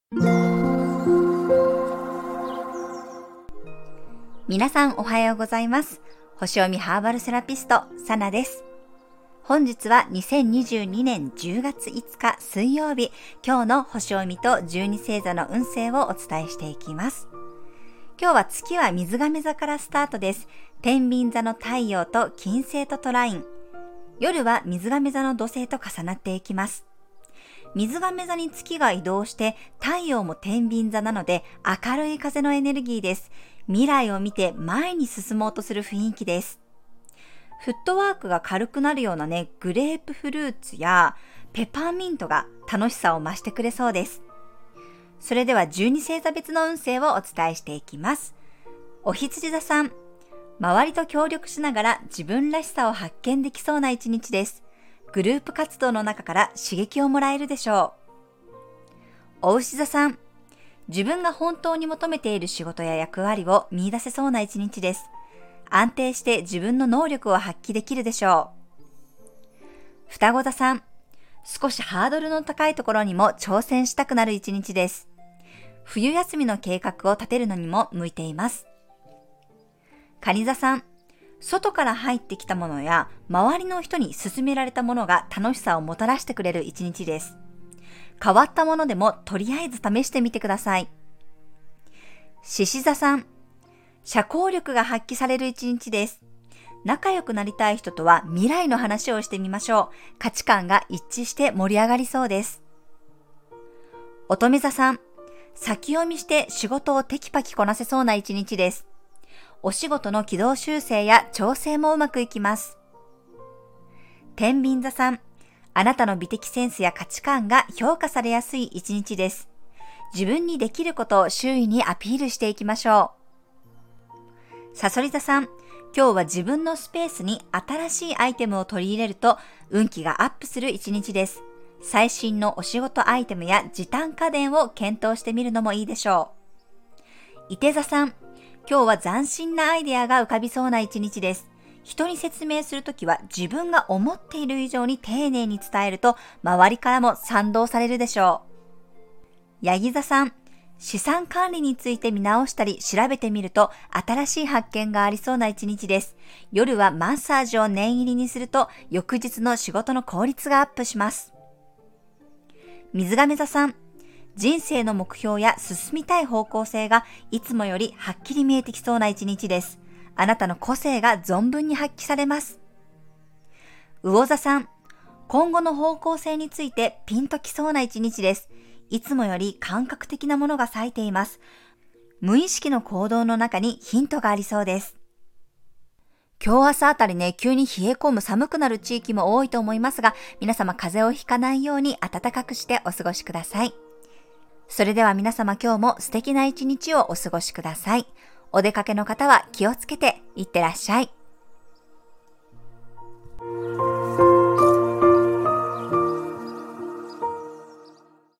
皆さんおはようございます。星読みハーバルセラピスト、サナです。本日は2022年10月5日水曜日、今日の星読みと12星座の運勢をお伝えしていきます。今日は月は水亀座からスタートです。天秤座の太陽と金星とトライン。夜は水亀座の土星と重なっていきます。水亀座に月が移動して太陽も天秤座なので明るい風のエネルギーです。未来を見て前に進もうとする雰囲気です。フットワークが軽くなるようなグレープフルーツやペパーミントが楽しさを増してくれそうです。それでは12星座別の運勢をお伝えしていきます。お羊座さん、周りと協力しながら自分らしさを発見できそうな一日です。グループ活動の中から刺激をもらえるでしょう。お牛座さん、自分が本当に求めている仕事や役割を見出せそうな一日です。安定して自分の能力を発揮できるでしょう。双子座さん、少しハードルの高いところにも挑戦したくなる一日です。冬休みの計画を立てるのにも向いています。蟹座さん、外から入ってきたものや周りの人に勧められたものが楽しさをもたらしてくれる一日です。変わったものでもとりあえず試してみてください。獅子座さん、社交力が発揮される一日です。仲良くなりたい人とは未来の話をしてみましょう。価値観が一致して盛り上がりそうです。乙女座さん、先読みして仕事をテキパキこなせそうな一日です。お仕事の軌道修正や調整もうまくいきます。天秤座さん、あなたの美的センスや価値観が評価されやすい一日です。自分にできることを周囲にアピールしていきましょう。蠍座さん、今日は自分のスペースに新しいアイテムを取り入れると運気がアップする一日です。最新のお仕事アイテムや時短家電を検討してみるのもいいでしょう。射手座さん、今日は斬新なアイデアが浮かびそうな一日です。人に説明するときは自分が思っている以上に丁寧に伝えると周りからも賛同されるでしょう。ヤギ座さん、資産管理について見直したり調べてみると新しい発見がありそうな一日です。夜はマッサージを念入りにすると翌日の仕事の効率がアップします。水亀座さん、人生の目標や進みたい方向性がいつもよりはっきり見えてきそうな一日です。あなたの個性が存分に発揮されます。魚座さん、今後の方向性についてピンときそうな一日です。いつもより感覚的なものが冴えています。無意識の行動の中にヒントがありそうです。今日朝あたり急に冷え込む寒くなる地域も多いと思いますが、皆様風邪をひかないように暖かくしてお過ごしください。それでは皆様今日も素敵な一日をお過ごしください。お出かけの方は気をつけていってらっしゃい。